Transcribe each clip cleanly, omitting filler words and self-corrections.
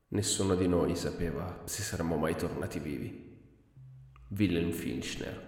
Nessuno di noi sapeva se saremmo mai tornati vivi. Wilhelm Filchner.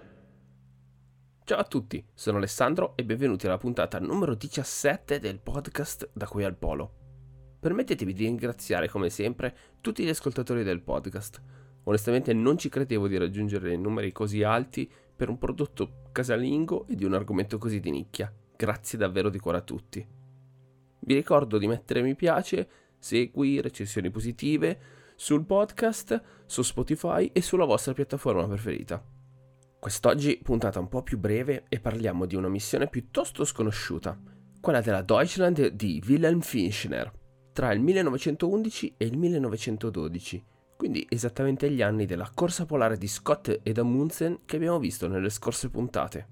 Ciao a tutti, sono Alessandro e benvenuti alla puntata numero 17 del podcast Da Qui al Polo. Permettetemi di ringraziare come sempre tutti gli ascoltatori del podcast. Onestamente non ci credevo di raggiungere dei numeri così alti per un prodotto casalingo e di un argomento così di nicchia. Grazie davvero di cuore a tutti. Vi ricordo di mettere mi piace, segui, recensioni positive sul podcast, su Spotify e sulla vostra piattaforma preferita. Quest'oggi puntata un po' più breve e parliamo di una missione piuttosto sconosciuta, quella della Deutschland di Wilhelm Filchner, tra il 1911 e il 1912, quindi esattamente gli anni della corsa polare di Scott ed Amundsen che abbiamo visto nelle scorse puntate.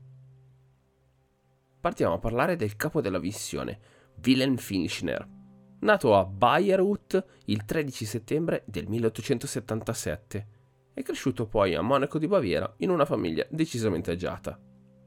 Partiamo a parlare del capo della missione, Wilhelm Filchner, nato a Bayreuth il 13 settembre del 1877 e cresciuto poi a Monaco di Baviera in una famiglia decisamente agiata.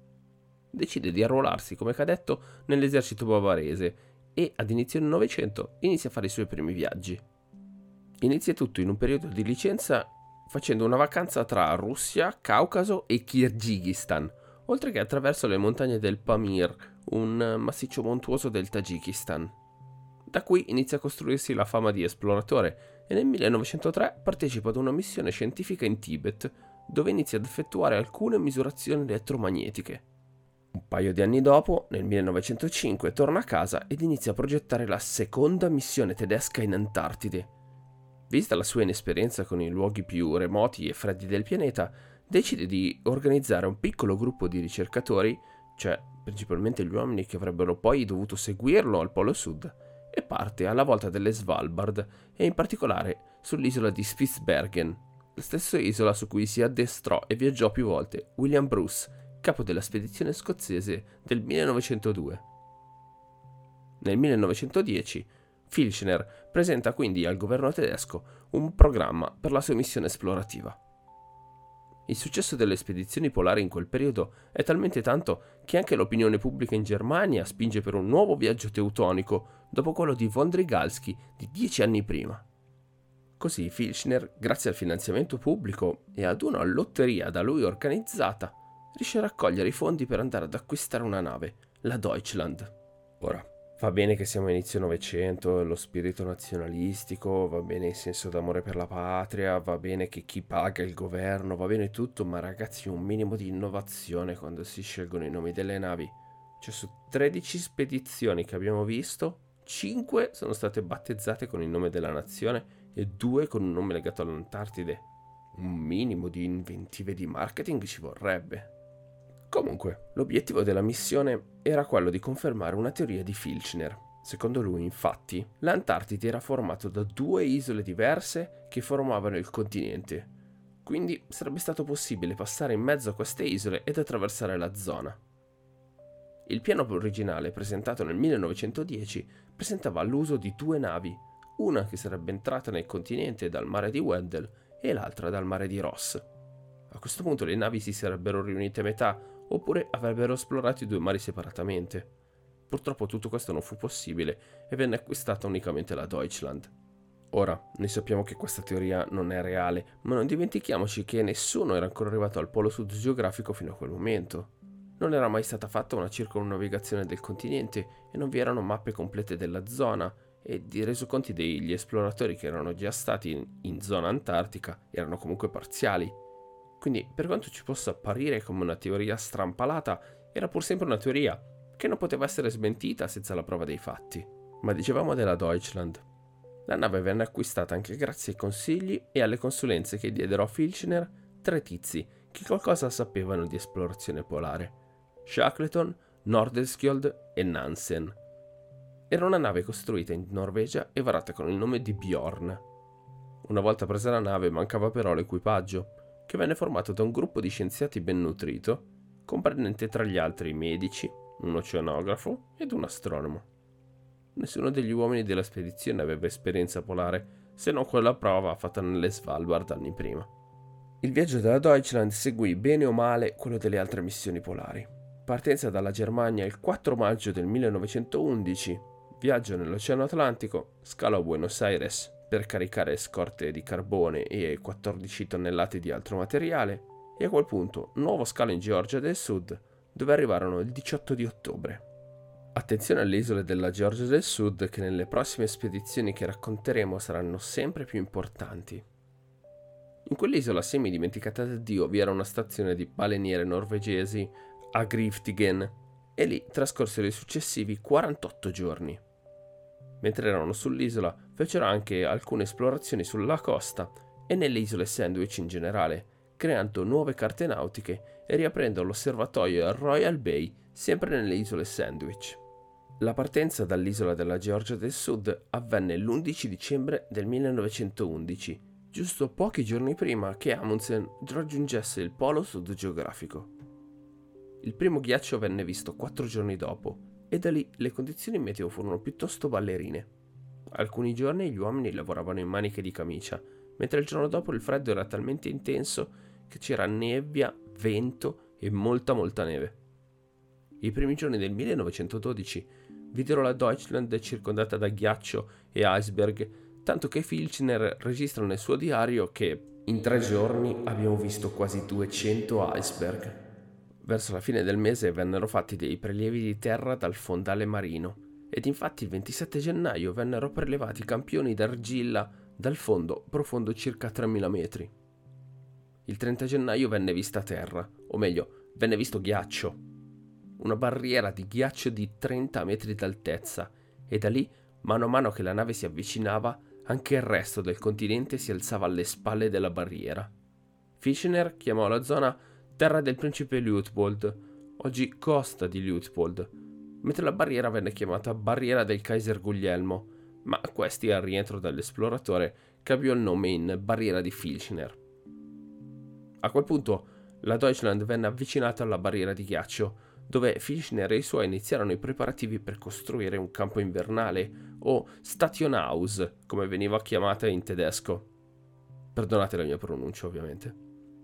Decide di arruolarsi come cadetto nell'esercito bavarese e ad inizio del Novecento inizia a fare i suoi primi viaggi. Inizia tutto in un periodo di licenza facendo una vacanza tra Russia, Caucaso e Kirghizistan, oltre che attraverso le montagne del Pamir, un massiccio montuoso del Tagikistan. Da qui inizia a costruirsi la fama di esploratore e nel 1903 partecipa ad una missione scientifica in Tibet, dove inizia ad effettuare alcune misurazioni elettromagnetiche. Un paio di anni dopo, nel 1905, torna a casa ed inizia a progettare la seconda missione tedesca in Antartide. Vista la sua inesperienza con i luoghi più remoti e freddi del pianeta, decide di organizzare un piccolo gruppo di ricercatori, cioè principalmente gli uomini che avrebbero poi dovuto seguirlo al Polo Sud, e parte alla volta delle Svalbard e in particolare sull'isola di Spitsbergen, la stessa isola su cui si addestrò e viaggiò più volte William Bruce, capo della spedizione scozzese del 1902. Nel 1910 Filchner presenta quindi al governo tedesco un programma per la sua missione esplorativa. Il successo delle spedizioni polari in quel periodo è talmente tanto che anche l'opinione pubblica in Germania spinge per un nuovo viaggio teutonico dopo quello di von Drygalski di 10 anni prima. Così Filchner, grazie al finanziamento pubblico e ad una lotteria da lui organizzata, riesce a raccogliere i fondi per andare ad acquistare una nave, la Deutschland. Ora, va bene che siamo a inizio Novecento, lo spirito nazionalistico, va bene il senso d'amore per la patria, va bene che chi paga il governo, va bene tutto, ma ragazzi un minimo di innovazione quando si scelgono i nomi delle navi. Cioè su 13 spedizioni che abbiamo visto, 5 sono state battezzate con il nome della nazione e 2 con un nome legato all'Antartide. Un minimo di inventive di marketing ci vorrebbe. Comunque, l'obiettivo della missione era quello di confermare una teoria di Filchner. Secondo lui, infatti, l'Antartide era formato da 2 isole diverse che formavano il continente. Quindi sarebbe stato possibile passare in mezzo a queste isole ed attraversare la zona. Il piano originale, presentato nel 1910, presentava l'uso di 2 navi, una che sarebbe entrata nel continente dal mare di Weddell e l'altra dal mare di Ross. A questo punto le navi si sarebbero riunite a metà, oppure avrebbero esplorato i 2 mari separatamente. Purtroppo tutto questo non fu possibile e venne acquistata unicamente la Deutschland. Ora, noi sappiamo che questa teoria non è reale, ma non dimentichiamoci che nessuno era ancora arrivato al polo sud geografico fino a quel momento. Non era mai stata fatta una circumnavigazione del continente e non vi erano mappe complete della zona e i resoconti degli esploratori che erano già stati in zona antartica erano comunque parziali. Quindi, per quanto ci possa apparire come una teoria strampalata, era pur sempre una teoria che non poteva essere smentita senza la prova dei fatti. Ma dicevamo della Deutschland. La nave venne acquistata anche grazie ai consigli e alle consulenze che diedero a Filchner 3 tizi che qualcosa sapevano di esplorazione polare: Shackleton, Nordenskjöld e Nansen. Era una nave costruita in Norvegia e varata con il nome di Bjorn. Una volta presa la nave mancava però l'equipaggio, che venne formato da un gruppo di scienziati ben nutrito, comprendente tra gli altri medici, un oceanografo ed un astronomo. Nessuno degli uomini della spedizione aveva esperienza polare, se non quella prova fatta nelle Svalbard anni prima. Il viaggio della Deutschland seguì bene o male quello delle altre missioni polari. Partenza dalla Germania il 4 maggio del 1911, viaggio nell'Oceano Atlantico, scalo a Buenos Aires per caricare scorte di carbone e 14 tonnellate di altro materiale, e a quel punto nuovo scalo in Georgia del Sud, dove arrivarono il 18 di ottobre. Attenzione alle isole della Georgia del Sud, che nelle prossime spedizioni che racconteremo saranno sempre più importanti. In quell'isola semi dimenticata da Dio vi era una stazione di baleniere norvegesi a Griftigen, e lì trascorsero i successivi 48 giorni. Mentre erano sull'isola fecero anche alcune esplorazioni sulla costa e nelle isole Sandwich in generale, creando nuove carte nautiche e riaprendo l'osservatorio a Royal Bay sempre nelle isole Sandwich. La partenza dall'isola della Georgia del Sud avvenne l'11 dicembre del 1911, giusto pochi giorni prima che Amundsen raggiungesse il polo sud geografico. Il primo ghiaccio venne visto 4 giorni dopo e da lì le condizioni meteo furono piuttosto ballerine. Alcuni giorni gli uomini lavoravano in maniche di camicia, mentre il giorno dopo il freddo era talmente intenso che c'era nebbia, vento e molta neve. I primi giorni del 1912 videro la Deutschland circondata da ghiaccio e iceberg, tanto che Filchner registra nel suo diario che in 3 giorni abbiamo visto quasi 200 iceberg. Verso la fine del mese vennero fatti dei prelievi di terra dal fondale marino ed infatti il 27 gennaio vennero prelevati campioni d'argilla dal fondo profondo circa 3000 metri. Il 30 gennaio venne vista terra, o meglio, venne visto ghiaccio. Una barriera di ghiaccio di 30 metri d'altezza e da lì, mano a mano che la nave si avvicinava, anche il resto del continente si alzava alle spalle della barriera. Fischner chiamò la zona Terra del Principe Luitpold, oggi Costa di Luitpold, mentre la barriera venne chiamata Barriera del Kaiser Guglielmo, ma questi al rientro dell'esploratore cambiò il nome in Barriera di Filchner. A quel punto la Deutschland venne avvicinata alla barriera di ghiaccio, dove Filchner e i suoi iniziarono i preparativi per costruire un campo invernale, o Stationhaus, come veniva chiamata in tedesco. Perdonate la mia pronuncia, ovviamente.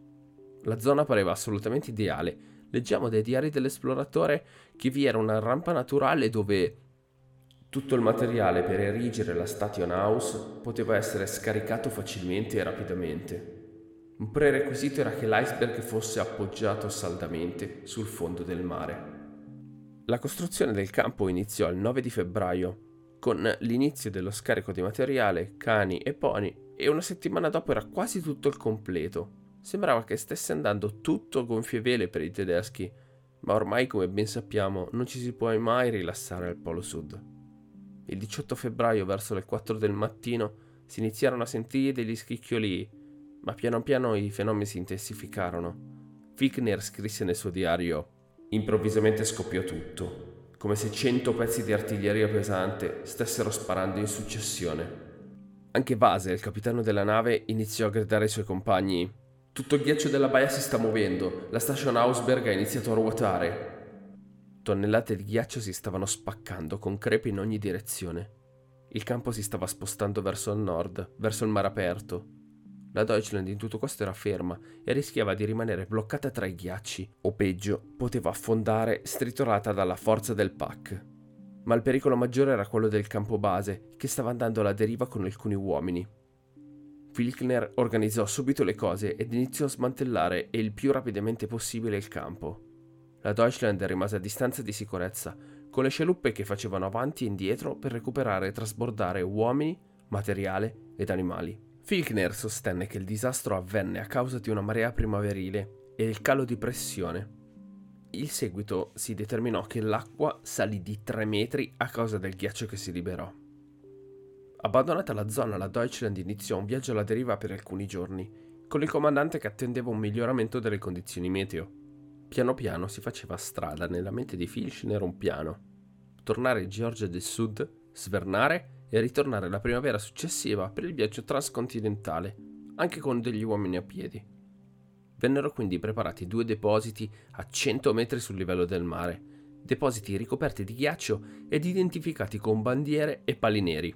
La zona pareva assolutamente ideale. Leggiamo dai diari dell'esploratore che vi era una rampa naturale dove tutto il materiale per erigere la Station House poteva essere scaricato facilmente e rapidamente. Un prerequisito era che l'iceberg fosse appoggiato saldamente sul fondo del mare. La costruzione del campo iniziò il 9 di febbraio, con l'inizio dello scarico di materiale, cani e poni, e una settimana dopo era quasi tutto il completo. Sembrava che stesse andando tutto a gonfie vele per i tedeschi, ma ormai, come ben sappiamo, non ci si può mai rilassare al Polo Sud. Il 18 febbraio, verso le 4 del mattino, si iniziarono a sentire degli scricchiolii, ma piano piano i fenomeni si intensificarono. Fichtner scrisse nel suo diario: improvvisamente scoppiò tutto, come se 100 pezzi di artiglieria pesante stessero sparando in successione. Anche Vase, il capitano della nave, iniziò a gridare ai suoi compagni: tutto il ghiaccio della baia si sta muovendo, la Station Ausberg ha iniziato a ruotare. Tonnellate di ghiaccio si stavano spaccando con crepe in ogni direzione. Il campo si stava spostando verso il nord, verso il mare aperto. La Deutschland in tutto questo era ferma e rischiava di rimanere bloccata tra i ghiacci, o peggio, poteva affondare stritolata dalla forza del pack. Ma il pericolo maggiore era quello del campo base, che stava andando alla deriva con alcuni uomini. Filchner organizzò subito le cose ed iniziò a smantellare il più rapidamente possibile il campo. La Deutschland rimase a distanza di sicurezza, con le scialuppe che facevano avanti e indietro per recuperare e trasbordare uomini, materiale ed animali. Filchner sostenne che il disastro avvenne a causa di una marea primaverile e il calo di pressione. Il seguito si determinò che l'acqua salì di 3 metri a causa del ghiaccio che si liberò. Abbandonata la zona, la Deutschland iniziò un viaggio alla deriva per alcuni giorni, con il comandante che attendeva un miglioramento delle condizioni meteo. Piano piano si faceva strada nella mente di Filchner un piano: tornare in Georgia del Sud, svernare e ritornare la primavera successiva per il viaggio transcontinentale, anche con degli uomini a piedi. Vennero quindi preparati 2 depositi a 100 metri sul livello del mare, depositi ricoperti di ghiaccio ed identificati con bandiere e pali neri.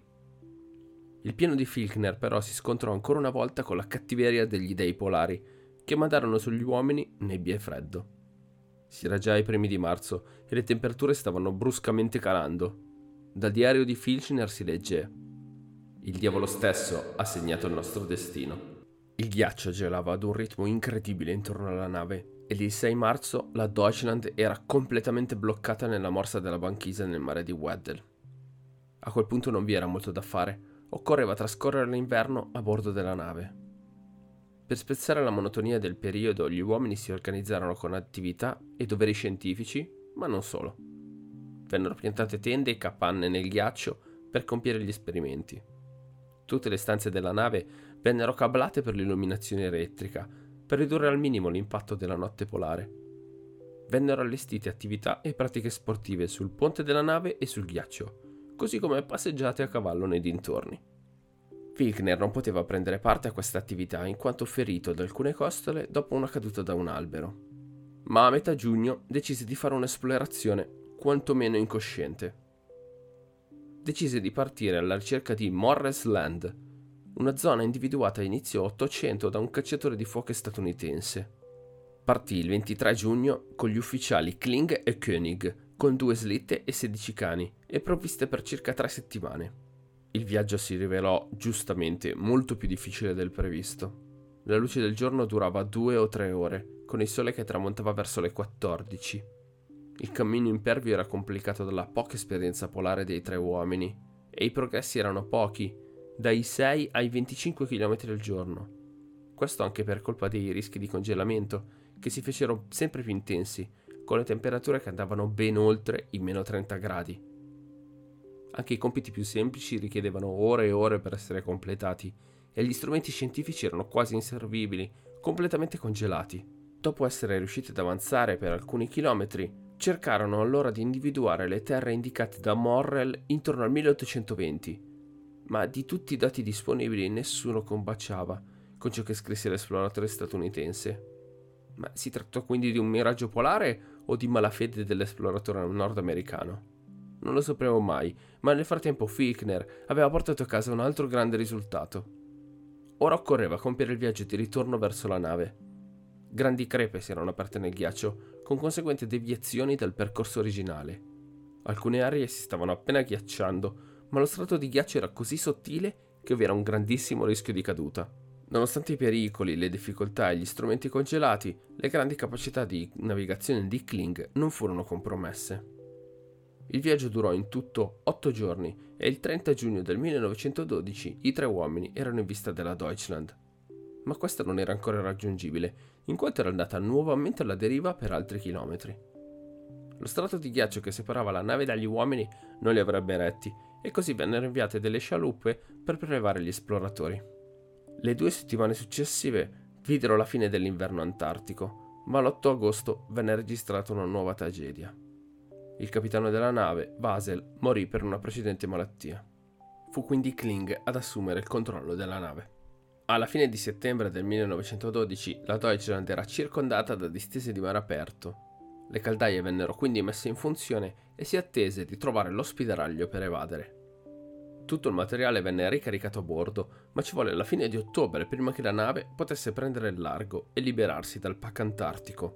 Il piano di Filchner però si scontrò ancora una volta con la cattiveria degli dei polari, che mandarono sugli uomini nebbia e freddo. Si era già i primi di marzo e le temperature stavano bruscamente calando. Dal diario di Filchner si legge: Il diavolo stesso ha segnato il nostro destino. Il ghiaccio gelava ad un ritmo incredibile intorno alla nave ed il 6 marzo la Deutschland era completamente bloccata nella morsa della banchisa nel mare di Weddell. A quel punto non vi era molto da fare, occorreva trascorrere l'inverno a bordo della nave. Per spezzare la monotonia del periodo, gli uomini si organizzarono con attività e doveri scientifici, ma non solo. Vennero piantate tende e capanne nel ghiaccio per compiere gli esperimenti. Tutte le stanze della nave vennero cablate per l'illuminazione elettrica, per ridurre al minimo l'impatto della notte polare. Vennero allestite attività e pratiche sportive sul ponte della nave e sul ghiaccio, così come passeggiate a cavallo nei dintorni. Filchner non poteva prendere parte a questa attività in quanto ferito ad alcune costole dopo una caduta da un albero, ma a metà giugno decise di fare un'esplorazione quantomeno incosciente. Decise di partire alla ricerca di Morris Land, una zona individuata a inizio Ottocento da un cacciatore di foche statunitense. Partì il 23 giugno con gli ufficiali Kling e Koenig, con 2 slitte e 16 cani, e provviste per circa 3 settimane. Il viaggio si rivelò, giustamente, molto più difficile del previsto. La luce del giorno durava 2 o 3 ore, con il sole che tramontava verso le 14. Il cammino impervio era complicato dalla poca esperienza polare dei 3 uomini, e i progressi erano pochi, dai 6 ai 25 km al giorno. Questo anche per colpa dei rischi di congelamento, che si fecero sempre più intensi, con le temperature che andavano ben oltre i meno 30 gradi. Anche i compiti più semplici richiedevano ore e ore per essere completati, e gli strumenti scientifici erano quasi inservibili, completamente congelati. Dopo essere riusciti ad avanzare per alcuni chilometri, cercarono allora di individuare le terre indicate da Morrell intorno al 1820, ma di tutti i dati disponibili nessuno combaciava con ciò che scrisse l'esploratore statunitense. Ma si trattò quindi di un miraggio polare o di malafede dell'esploratore nordamericano? Non lo sapremo mai, ma nel frattempo Filchner aveva portato a casa un altro grande risultato. Ora occorreva compiere il viaggio di ritorno verso la nave. Grandi crepe si erano aperte nel ghiaccio, con conseguenti deviazioni dal percorso originale. Alcune aree si stavano appena ghiacciando, ma lo strato di ghiaccio era così sottile che vi era un grandissimo rischio di caduta. Nonostante i pericoli, le difficoltà e gli strumenti congelati, le grandi capacità di navigazione di Kling non furono compromesse. Il viaggio durò in tutto 8 giorni e il 30 giugno del 1912 i 3 uomini erano in vista della Deutschland. Ma questa non era ancora raggiungibile, in quanto era andata nuovamente alla deriva per altri chilometri. Lo strato di ghiaccio che separava la nave dagli uomini non li avrebbe retti, e così vennero inviate delle scialuppe per prelevare gli esploratori. Le 2 settimane successive videro la fine dell'inverno antartico, ma l'8 agosto venne registrata una nuova tragedia. Il capitano della nave, Basel, morì per una precedente malattia. Fu quindi Kling ad assumere il controllo della nave. Alla fine di settembre del 1912 la Deutschland era circondata da distese di mare aperto. Le caldaie vennero quindi messe in funzione e si attese di trovare l'ospedaraglio per evadere. Tutto il materiale venne ricaricato a bordo, ma ci volle la fine di ottobre prima che la nave potesse prendere il largo e liberarsi dal pack antartico.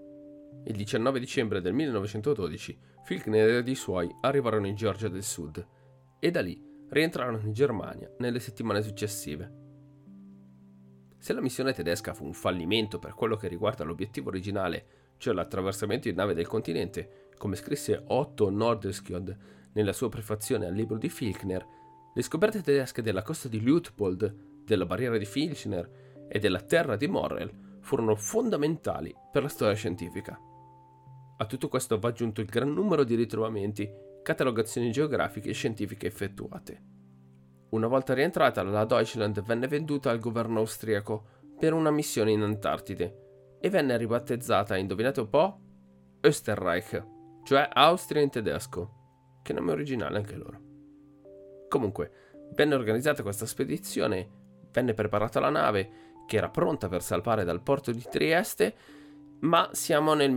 Il 19 dicembre del 1912 Filchner ed i suoi arrivarono in Georgia del Sud e da lì rientrarono in Germania nelle settimane successive. Se la missione tedesca fu un fallimento per quello che riguarda l'obiettivo originale, cioè l'attraversamento in nave del continente, come scrisse Otto Nordenskjöld nella sua prefazione al libro di Filchner, le scoperte tedesche della costa di Luitpold, della barriera di Filchner e della terra di Morrell furono fondamentali per la storia scientifica. A tutto questo va aggiunto il gran numero di ritrovamenti, catalogazioni geografiche e scientifiche effettuate. Una volta rientrata, la Deutschland venne venduta al governo austriaco per una missione in Antartide e venne ribattezzata, indovinate un po', Österreich, cioè Austria in tedesco. Che nome originale anche loro. Comunque, venne organizzata questa spedizione, venne preparata la nave, che era pronta per salpare dal porto di Trieste, ma siamo nel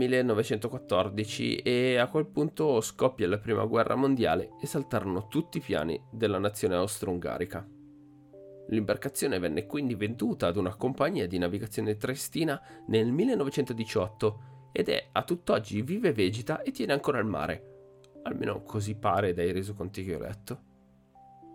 1914 e a quel punto scoppia la prima guerra mondiale e saltarono tutti i piani della nazione austro-ungarica. L'imbarcazione venne quindi venduta ad una compagnia di navigazione triestina nel 1918 ed è a tutt'oggi vive e vegeta e tiene ancora il mare, almeno così pare dai resoconti che ho letto.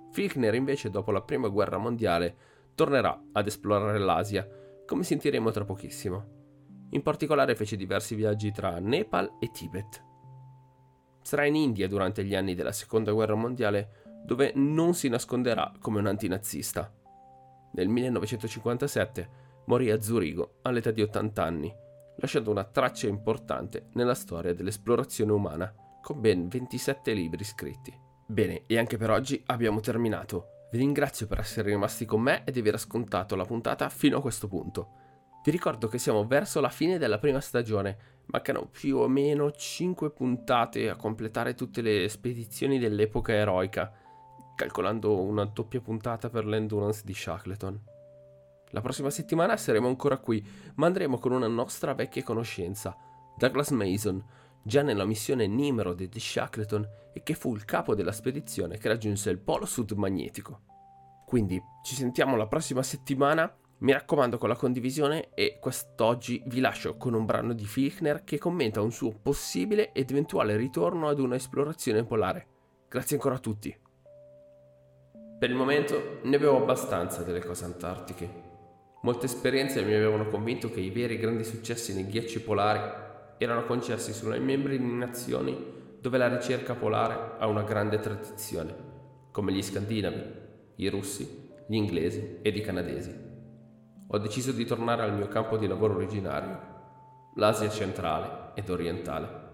Filchner invece dopo la prima guerra mondiale tornerà ad esplorare l'Asia, come sentiremo tra pochissimo. In particolare fece diversi viaggi tra Nepal e Tibet. Sarà in India durante gli anni della seconda guerra mondiale dove non si nasconderà come un antinazista. Nel 1957 morì a Zurigo all'età di 80 anni, lasciando una traccia importante nella storia dell'esplorazione umana, con ben 27 libri scritti. Bene, e anche per oggi abbiamo terminato. Vi ringrazio per essere rimasti con me e di aver ascoltato la puntata fino a questo punto. Vi ricordo che siamo verso la fine della prima stagione, mancano più o meno 5 puntate a completare tutte le spedizioni dell'epoca eroica, calcolando una doppia puntata per l'Endurance di Shackleton. La prossima settimana saremo ancora qui, ma andremo con una nostra vecchia conoscenza, Douglas Mason, già nella missione Nimrod di Shackleton e che fu il capo della spedizione che raggiunse il polo sud magnetico. Quindi ci sentiamo la prossima settimana, mi raccomando con la condivisione, e quest'oggi vi lascio con un brano di Filchner che commenta un suo possibile ed eventuale ritorno ad una esplorazione polare. Grazie ancora a tutti. Per il momento ne avevo abbastanza delle cose antartiche. Molte esperienze mi avevano convinto che i veri grandi successi nei ghiacci polari erano concessi solo ai membri di nazioni dove la ricerca polare ha una grande tradizione, come gli scandinavi, i russi, gli inglesi ed i canadesi. Ho deciso di tornare al mio campo di lavoro originario, l'Asia centrale ed orientale.